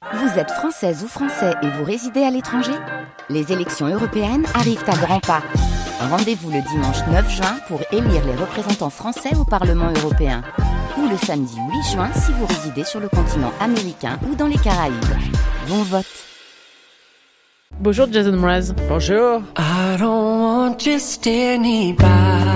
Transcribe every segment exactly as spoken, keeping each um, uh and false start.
Vous êtes française ou français et vous résidez à l'étranger ? Les élections européennes arrivent à grands pas. Rendez-vous le dimanche neuf juin pour élire les représentants français au Parlement européen. Ou le samedi huit juin si vous résidez sur le continent américain ou dans les Caraïbes. Bon vote. Bonjour Jason Mraz. Bonjour. I don't want just anybody.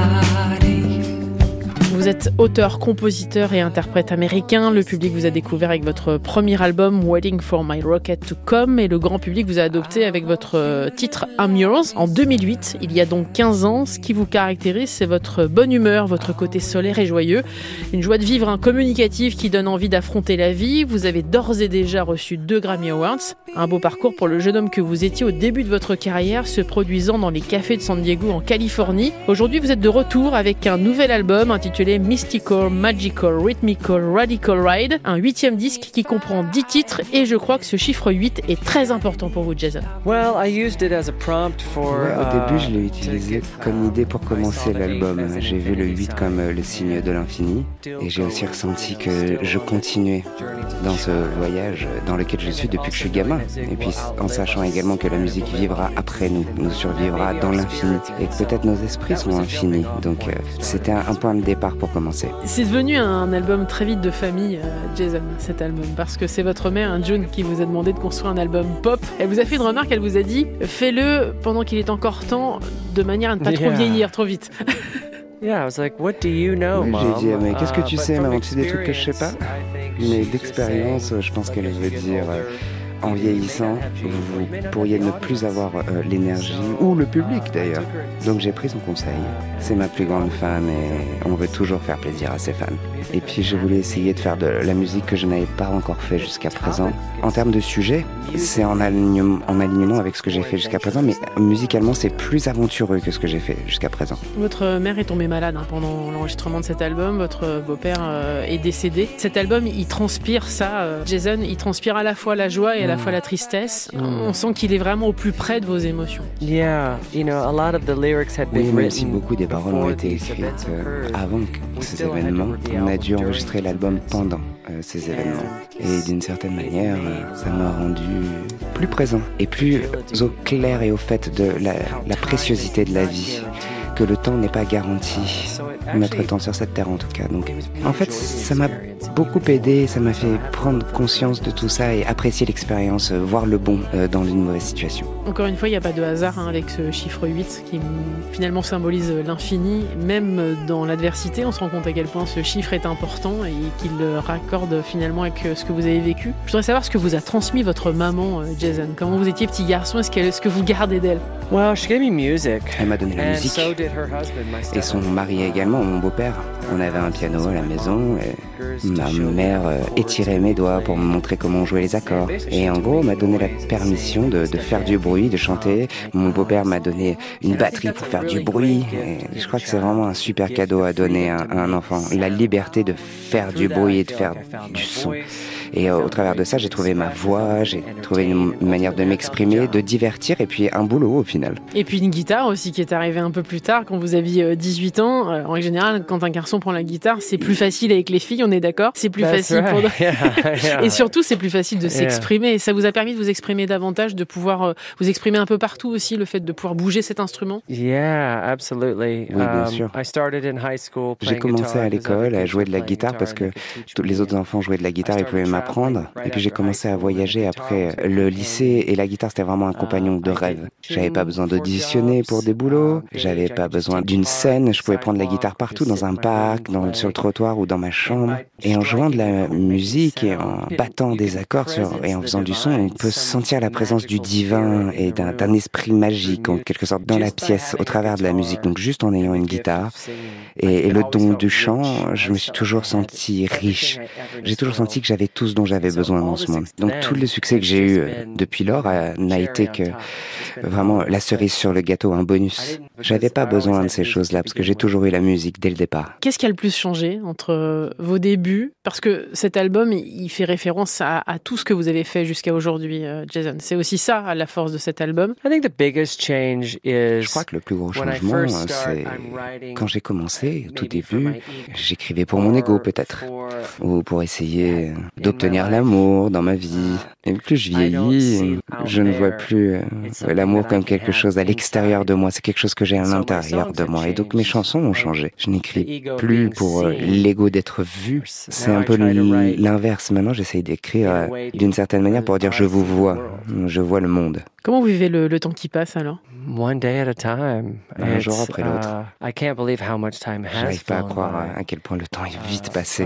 Vous êtes auteur, compositeur et interprète américain. Le public vous a découvert avec votre premier album Waiting for My Rocket to Come et le grand public vous a adopté avec votre titre I'm Yours en deux mille huit, il y a donc quinze ans. Ce qui vous caractérise, c'est votre bonne humeur, votre côté solaire et joyeux, une joie de vivre, un communicatif qui donne envie d'affronter la vie. Vous avez d'ores et déjà reçu deux Grammy Awards, un beau parcours pour le jeune homme que vous étiez au début de votre carrière, se produisant dans les cafés de San Diego en Californie. Aujourd'hui, vous êtes de retour avec un nouvel album intitulé Mystical, Magical, Rhythmical, Radical Ride, un huitième disque qui comprend dix titres et je crois que ce chiffre huit est très important pour vous, Jason. Well, I used it as a prompt for, ouais, au début, je l'ai uh, utilisé comme idée pour commencer l'album. J'ai vu le huit comme le signe de l'infini et j'ai aussi ressenti que je continuais dans ce voyage dans lequel je suis depuis que je suis gamin. Et puis en sachant également que la musique vivra après nous, nous survivra dans l'infini et que peut-être nos esprits sont infinis. Donc euh, c'était un, un point de départ pour commencer. C'est devenu un album très vite de famille, euh, Jason, cet album, parce que c'est votre mère, hein, June, qui vous a demandé de construire un album pop. Elle vous a fait une remarque, elle vous a dit « Fais-le pendant qu'il est encore temps, de manière à ne pas yeah. trop vieillir, trop vite. » Yeah, I was like, what do you know, oui, Mom? J'ai dit, mais qu'est-ce que tu uh, sais, maman? Tu sais des trucs que je sais pas? Mais d'expérience, je pense qu'elle veut dire... Euh, en vieillissant, vous pourriez ne plus avoir euh, l'énergie, ou le public d'ailleurs. Donc j'ai pris son conseil. C'est ma plus grande fan et on veut toujours faire plaisir à ses fans. Et puis je voulais essayer de faire de la musique que je n'avais pas encore fait jusqu'à présent. En termes de sujet, c'est en alignement, en alignement avec ce que j'ai fait jusqu'à présent, mais musicalement c'est plus aventureux que ce que j'ai fait jusqu'à présent. Votre mère est tombée malade hein, pendant l'enregistrement de cet album, votre beau-père euh, est décédé. Cet album, il transpire ça, euh, Jason, il transpire à la fois la joie et à la fois la tristesse. Mm. On sent qu'il est vraiment au plus près de vos émotions. Yeah, you know, a lot of the lyrics had been oui, même si beaucoup des paroles ont été écrites euh, avant ces événements, on a dû enregistrer l'album pendant euh, ces événements. Et d'une certaine manière, euh, ça m'a rendu plus présent et plus au clair et au fait de la, la préciosité de la vie. Que le temps n'est pas garanti, notre temps sur cette terre en tout cas. Donc, en fait, ça m'a beaucoup aidé, ça m'a fait prendre conscience de tout ça et apprécier l'expérience, voir le bon dans une mauvaise situation. Encore une fois, il n'y a pas de hasard hein, avec ce chiffre huit qui finalement symbolise l'infini. Même dans l'adversité, on se rend compte à quel point ce chiffre est important et qu'il le raccorde finalement avec ce que vous avez vécu. Je voudrais savoir ce que vous a transmis votre maman, Jason. Comment vous étiez petit garçon, est-ce, qu'elle, est-ce que vous gardez d'elle? Well, she gave me music. Elle m'a donné la musique. Et son mari également, mon beau-père. On avait un piano à la maison. Et ma mère étirait mes doigts pour me montrer comment on jouait les accords. Et en gros, m'a donné la permission de, de faire du bruit, de chanter. Mon beau-père m'a donné une batterie pour faire du bruit. Et je crois que c'est vraiment un super cadeau à donner à, à un enfant. La liberté de faire du bruit et de faire du son. Et euh, au travers de ça, j'ai trouvé ma voix, j'ai trouvé une, une manière de m'exprimer, de divertir et puis un boulot au final. Et puis une guitare aussi qui est arrivée un peu plus tard, quand vous aviez dix-huit ans. En règle générale, quand un garçon prend la guitare, c'est plus facile avec les filles, on est d'accord? C'est plus That's facile right. pour... yeah, yeah. Et surtout, c'est plus facile de s'exprimer. Yeah. Ça vous a permis de vous exprimer davantage, de pouvoir euh, vous exprimer un peu partout aussi, le fait de pouvoir bouger cet instrument? Yeah, absolutely. Oui, bien sûr. Um, I started in high school j'ai commencé à l'école à jouer de la guitare parce que tous les autres enfants jouaient de la guitare et pouvaient m'apprendre. Et puis j'ai commencé à voyager après le lycée et la guitare c'était vraiment un compagnon de rêve. J'avais pas besoin d'auditionner pour des boulots, j'avais pas besoin d'une scène, je pouvais prendre la guitare partout, dans un parc, dans, sur le trottoir ou dans ma chambre. Et en jouant de la musique et en battant des accords sur, et en faisant du son, on peut sentir la présence du divin et d'un, d'un esprit magique en quelque sorte dans la pièce au travers de la musique. Donc juste en ayant une guitare et, et le don du chant, je me suis toujours senti riche. J'ai toujours senti que j'avais tout ce dont j'avais besoin dans ce monde. Donc tout le succès que j'ai eu depuis lors euh, n'a été que vraiment la cerise sur le gâteau, un bonus. J'avais pas besoin de ces choses-là parce que j'ai toujours eu la musique dès le départ. Qu'est-ce qui a le plus changé entre vos débuts? Parce que cet album, il fait référence à, à tout ce que vous avez fait jusqu'à aujourd'hui, euh, Jason. C'est aussi ça, à la force de cet album. I think the biggest change is Je crois que le plus gros changement, c'est quand j'ai commencé, au tout début, j'écrivais pour mon ego peut-être, ou pour essayer d'obtenir obtenir l'amour dans ma vie. Et plus je vieillis, je ne vois plus euh, l'amour comme quelque chose à l'extérieur de moi. C'est quelque chose que j'ai à l'intérieur de moi. Et donc mes chansons ont changé. Je n'écris plus pour euh, l'ego d'être vu. C'est un peu l'inverse. Maintenant, j'essaye d'écrire euh, d'une certaine manière pour dire je vous vois. Je vois le monde. Comment vous vivez le, le temps qui passe alors? One day at a time. Un jour après l'autre. Uh, I can't believe how much time has J'arrive pas à croire à quel point le temps est vite passé.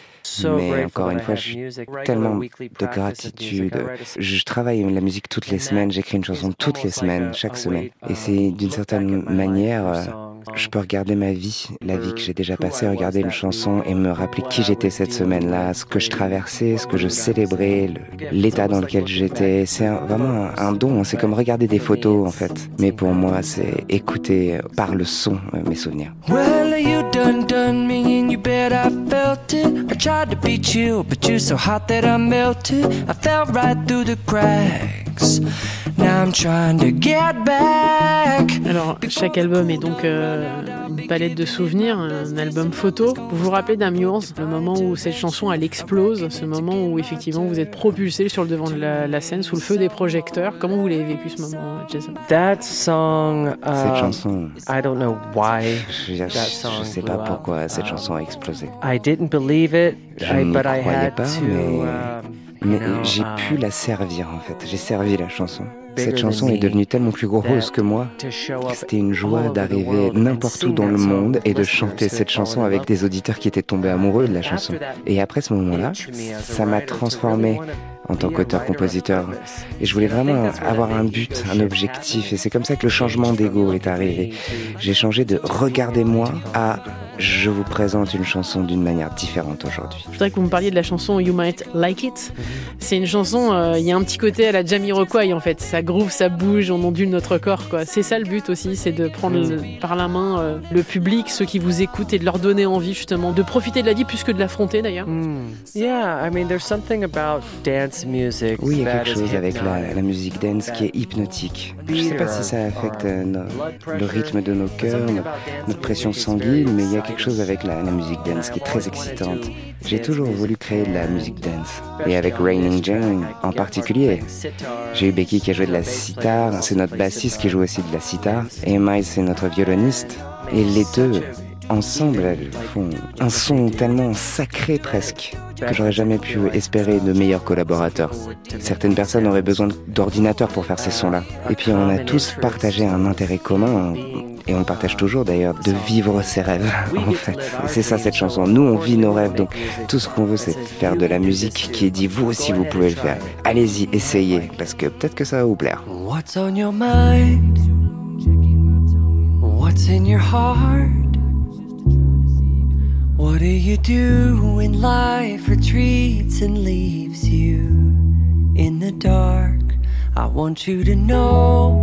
Mais encore une fois, je suis tellement de gratitude. Je travaille la musique toutes les semaines, j'écris une chanson toutes les semaines, chaque semaine. Et c'est d'une certaine manière, je peux regarder ma vie, la vie que j'ai déjà passée, regarder une chanson et me rappeler qui j'étais cette semaine-là, ce que je traversais, ce que je célébrais, l'état dans lequel j'étais. C'est un, vraiment un, un don, c'est comme regarder des photos en fait. Mais pour moi, c'est écouter par le son mes souvenirs. Well, you done done me and you bet I felt it. I tried to beat you, but you're so hot that I melted. I fell right through the cracks. Now I'm trying to get back. Alors, chaque album est donc euh, une palette de souvenirs, un album photo. Vous vous rappelez d'Amours, le moment où cette chanson elle explose, ce moment où effectivement vous êtes propulsé sur le devant de la, la scène sous le feu des projecteurs. Comment vous l'avez vécu ce moment, Jason? That song, uh, cette chanson, I don't know why. Je, je, je sais pas pourquoi cette chanson a explosé. I didn't believe it, je I, n'y but I croyais had pas, to. mais, Um, mais you know, j'ai um, pu la servir en fait. J'ai servi la chanson. Cette bigger chanson than est me, devenue tellement plus grosse that que moi to show que up c'était une all joie over the d'arriver world and n'importe où sing dans that le song monde with et de listeners chanter who cette had chanson fallen in avec love. des auditeurs qui étaient tombés amoureux de la After chanson. that, Et après ce moment-là, it touched me as a ça m'a writer to transformé really wanna en tant be a qu'auteur-compositeur. writer of purpose. Et je voulais And I think vraiment that's where avoir that un big but, ego un shift objectif. happened. Et c'est comme ça que le changement d'ego est arrivé. J'ai changé de regarder moi à je vous présente une chanson d'une manière différente aujourd'hui. Je voudrais que vous me parliez de la chanson You Might Like It. C'est une chanson, il euh, y a un petit côté à la Jamiroquai en fait. Ça groove, ça bouge, on ondule notre corps, quoi. C'est ça le but aussi, c'est de prendre mm. le, par la main euh, le public, ceux qui vous écoutent et de leur donner envie justement de profiter de la vie plus que de l'affronter d'ailleurs. Mm. Yeah, I mean there's something about dance music. Oui, il y a that quelque is chose avec la, la musique dance qui est hypnotique. Je ne sais pas si ça affecte euh, no, le rythme de nos cœurs, notre, notre pression sanguine, mais il y a quelque chose avec la, la musique dance qui est très excitante. J'ai toujours voulu créer de la musique dance. Et avec Raining Jane en particulier. J'ai eu Becky qui a joué de la sitar, c'est notre bassiste qui joue aussi de la sitar, et Miles c'est notre violoniste. Et les deux, ensemble, elles font un son tellement sacré presque que j'aurais jamais pu espérer de meilleurs collaborateurs. Certaines personnes auraient besoin d'ordinateurs pour faire ces sons-là. Et puis on a tous partagé un intérêt commun, et on le partage toujours d'ailleurs, de vivre ses rêves en fait. Et c'est ça cette chanson, nous on vit nos rêves, donc tout ce qu'on veut c'est faire de la musique qui est dit vous aussi vous pouvez le faire. Allez-y, essayez, parce que peut-être que ça va vous plaire. What's on your mind? What's in your heart? What do you do when life retreats and leaves you in the dark? I want you to know,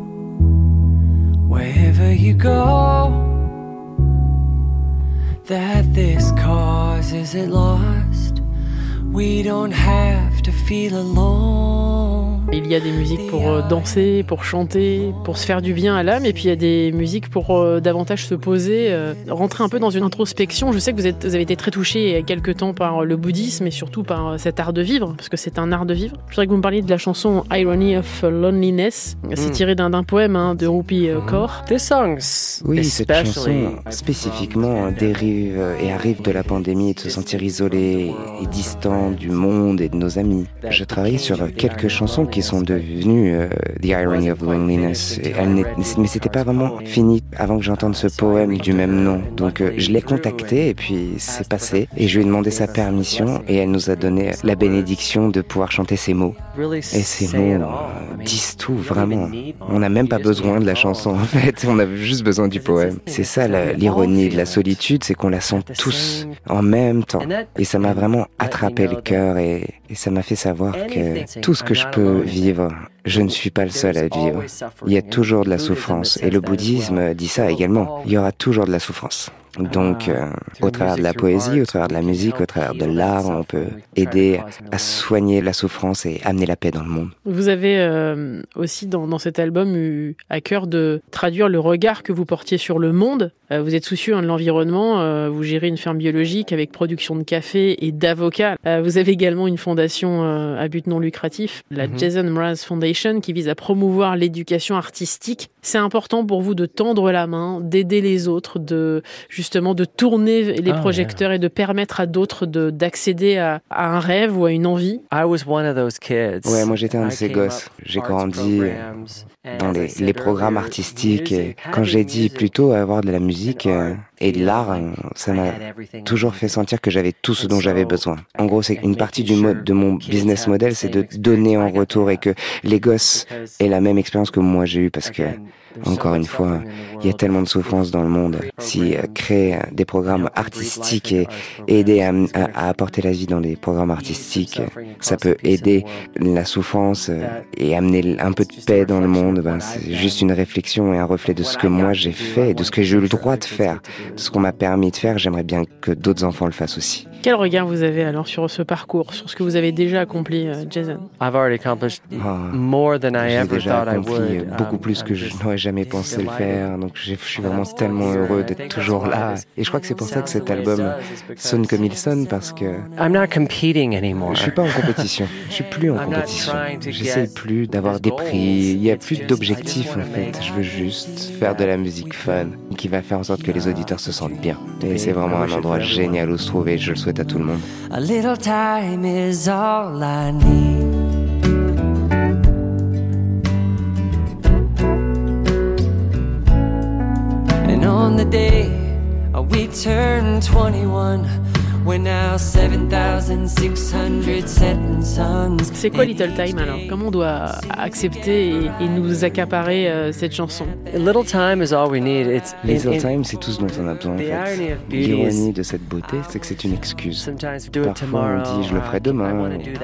wherever you go, that this cause isn't lost. We don't have to feel alone. Il y a des musiques pour euh, danser, pour chanter, pour se faire du bien à l'âme, et puis il y a des musiques pour euh, davantage se poser, euh, rentrer un peu dans une introspection. Je sais que vous, êtes, vous avez été très touché il y a quelques temps par le bouddhisme et surtout par euh, cet art de vivre, parce que c'est un art de vivre. Je voudrais que vous me parliez de la chanson Irony of Loneliness. C'est mm. tiré d'un, d'un poème hein, de Rupi euh, Kaur. This song, oui, cette chanson spécifiquement dérive et arrive de la pandémie et de se sentir isolé et distant du monde et de nos amis. Je travaillais sur quelques chansons qui sont devenues euh, The Irony of Loneliness, et elles mais c'était pas vraiment fini avant que j'entende ce poème du même nom. Donc euh, je l'ai contactée et puis c'est passé et je lui ai demandé sa permission et elle nous a donné la bénédiction de pouvoir chanter ces mots. Et ces mots euh, disent tout vraiment. On n'a même pas besoin de la chanson en fait, on a juste besoin du poème. C'est ça la, l'ironie de la solitude, c'est qu'on la sent tous en même temps. Et ça m'a vraiment attrapé le cœur et, et ça m'a fait savoir que tout ce que je peux vivre, je ne suis pas le seul à le vivre. Il y a toujours de la souffrance et le bouddhisme dit ça également. Il y aura toujours de la souffrance. Donc, euh, au travers de la poésie, au travers de la musique, au travers de l'art, on peut aider à soigner la souffrance et amener la paix dans le monde. Vous avez euh, aussi dans, dans cet album eu à cœur de traduire le regard que vous portiez sur le monde. Euh, vous êtes soucieux hein, de l'environnement, euh, vous gérez une ferme biologique avec production de café et d'avocats. Euh, vous avez également une fondation euh, à but non lucratif, la mm-hmm. Jason Mraz Foundation, qui vise à promouvoir l'éducation artistique. C'est important pour vous de tendre la main, d'aider les autres, de justement de tourner les oh, projecteurs yeah. et de permettre à d'autres de, d'accéder à, à un rêve ou à une envie. I was one of those kids. Ouais, moi j'étais un de ces gosses. J'ai grandi dans les, les programmes artistiques et quand j'ai dit plutôt avoir de la musique et de l'art, ça m'a toujours fait sentir que j'avais tout ce dont j'avais besoin. En gros, c'est une partie du mode de mon business model, c'est de donner en retour et que les gosses aient la même expérience que moi j'ai eue parce que encore une fois, il y a tellement de souffrance dans le monde. Si euh, créer des programmes artistiques et aider à, à, à apporter la vie dans des programmes artistiques, ça peut aider la souffrance euh, et amener un peu de paix dans le monde, ben, c'est juste une réflexion et un reflet de ce que moi j'ai fait et de ce que j'ai eu le droit de faire, de ce qu'on m'a permis de faire. J'aimerais bien que d'autres enfants le fassent aussi. Quel regard vous avez alors sur ce parcours, sur ce que vous avez déjà accompli, euh, Jason? I've already accomplished more than I ever thought I would. J'ai déjà accompli beaucoup plus que je n'aurais jamais pensé le faire, donc je suis vraiment tellement heureux d'être toujours là. Et je crois que c'est pour ça que cet album sonne comme il sonne, parce que I'm not competing anymore. Je suis pas en compétition, je suis plus en compétition. J'essaie plus d'avoir des prix, il y a plus d'objectifs en fait. Je veux juste faire de la musique fun, qui va faire en sorte que les auditeurs se sentent bien. Et c'est vraiment un endroit génial où se trouver, je le souhaite à tout le monde. A little time is all I need. And on the day we turned twenty-one, we're now seven thousand six hundred setting suns. C'est quoi Little Time alors? Comment on doit accepter et, et nous accaparer euh, cette chanson? Little Time is all we need. It's Little Time, c'est tout ce dont on a besoin en fait. L'ironie de cette beauté, c'est que c'est une excuse. Parfois on dit je le ferai demain,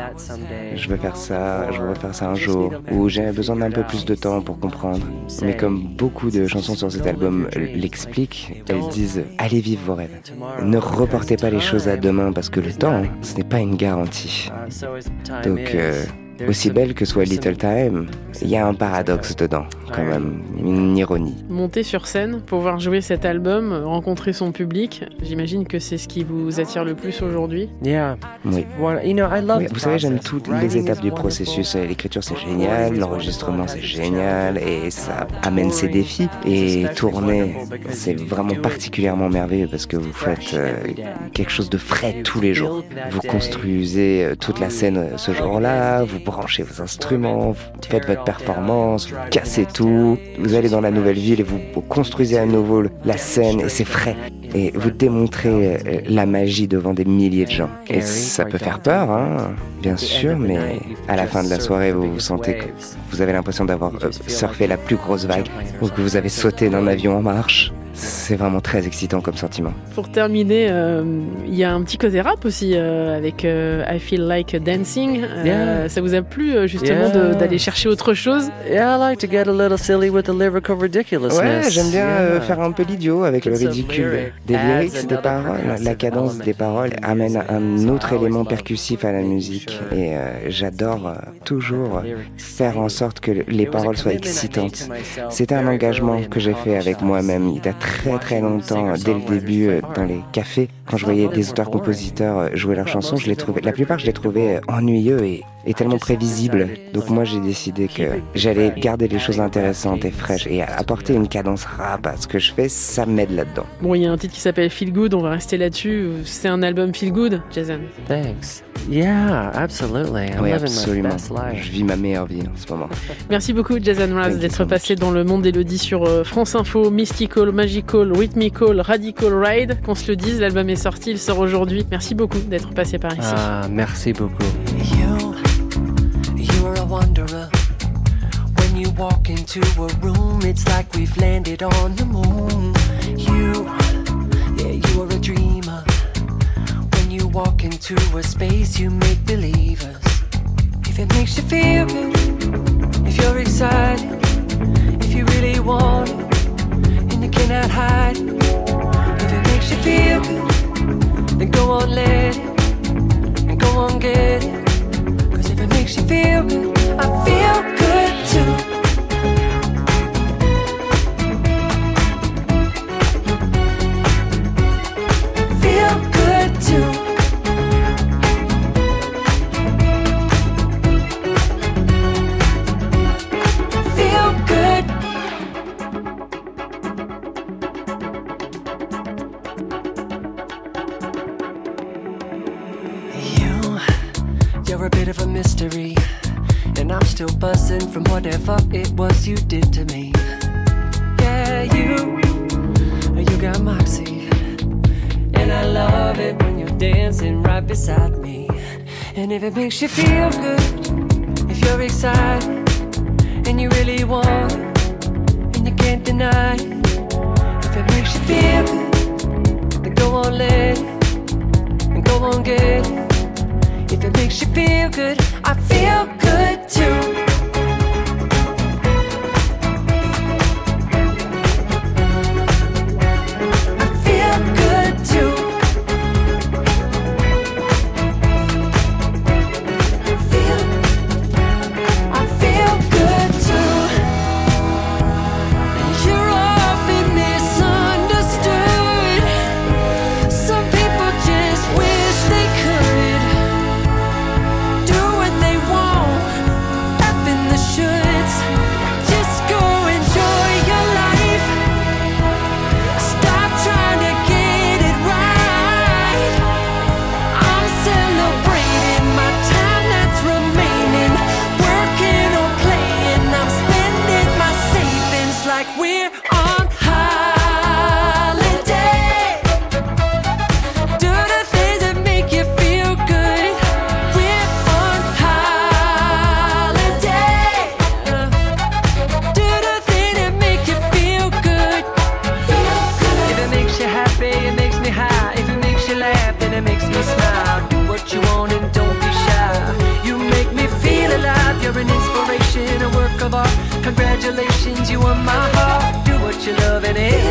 je veux faire ça, je veux faire ça un jour, ou j'ai besoin d'un peu plus de temps pour comprendre. Mais comme beaucoup de chansons sur cet album l'expliquent, elles disent allez vivre vos rêves. Ne reportez pas les choses à demain parce que le temps, ce n'est pas une garantie. Donc, euh, aussi belle que soit Little Time, il y a un paradoxe dedans, quand même, une ironie. Monter sur scène, pouvoir jouer cet album, rencontrer son public, j'imagine que c'est ce qui vous attire le plus aujourd'hui. Yeah. Oui. oui. Vous savez, j'aime toutes les étapes du processus. L'écriture, c'est génial, l'enregistrement, c'est génial, et ça amène ses défis. Et tourner, c'est vraiment particulièrement merveilleux parce que vous faites euh, quelque chose de frais tous les jours. Vous construisez euh, toute la scène euh, ce jour-là, vous branchez vos instruments, vous faites votre performance, vous cassez tout, vous allez dans la nouvelle ville et vous, vous construisez à nouveau la scène et c'est frais. Et vous démontrez euh, la magie devant des milliers de gens. Et ça peut faire peur, hein, bien sûr, mais à la fin de la soirée, vous vous sentez que vous avez l'impression d'avoir euh, surfé la plus grosse vague ou que vous avez sauté d'un avion en marche. C'est vraiment très excitant comme sentiment. Pour terminer, il euh, y a un petit côté rap aussi euh, avec euh, I Feel Like Dancing. Euh, yeah. Ça vous a plu justement yeah. de, d'aller chercher autre chose? Yeah, I like to get a little silly with the lyrical ridiculousness. Ouais, j'aime bien yeah. euh, faire un peu l'idiot avec le ridicule des lyrics, des paroles. La cadence des paroles amène un autre élément percussif à la musique. Et euh, j'adore euh, toujours faire en sorte que les paroles soient excitantes. C'était un engagement que j'ai fait avec moi-même. Il y a très très longtemps, dès le début, dans les cafés, quand je voyais des auteurs-compositeurs jouer leurs chansons, je les trouvais, la plupart je les trouvais ennuyeux et, et tellement prévisibles. Donc moi j'ai décidé que j'allais garder les choses intéressantes et fraîches et apporter une cadence rap à ce que je fais, ça m'aide là-dedans. Bon, il y a un titre qui s'appelle Feel Good, on va rester là-dessus. C'est un album Feel Good, Jason? Thanks. Yeah, absolutely. I'm oui, living absolument. My best life. Je vis ma meilleure vie en ce moment. Merci beaucoup, Jason Mraz, d'être so passé dans le monde d'Élodie sur France Info. Mystical, Magical, Rhythmical, Radical Ride. Qu'on se le dise, l'album est sorti, il sort aujourd'hui. Merci beaucoup d'être passé par ici. Ah, merci beaucoup. You, you are a wanderer. When you walk into a room, it's like we've landed on the moon. You, yeah, you are a dreamer. When you walk into a space, you make believers. If it makes you feel good, if you're excited, if you really want it, and you cannot hide it. If it makes feel good, then go on, let it, and go on, get it. Cause if it makes you feel good, I feel good too. Feel good too. Feel good. You, you're a bit of a mystery, and I'm still buzzing from whatever it was you did to me. Yeah, you, you got moxie, and I love it when you're dancing right beside me. And if it makes you feel good, if you're excited, and you really want it, and you can't deny it. If it makes you feel good, then go on, let it, and go on, get it. If it makes you feel good, I feel good too. I feel good too. Feel, I feel good too. You're often misunderstood. Some people just wish they could do what they want, up in the shoulds. Just go enjoy your life. Stop trying to get it right. I'm celebrating my time that's remaining, working or playing. I'm spending my savings like we're on holiday. Do the things that make you feel good. We're on holiday. Do the thing that make you feel good. Feel good. If it makes you happy, it makes me high. If it makes you laugh, then it makes me smile. Do what you want and don't be shy. You make me feel alive. You're an inspiration, a work of art. Congratulations, you won my heart. Do what you love and it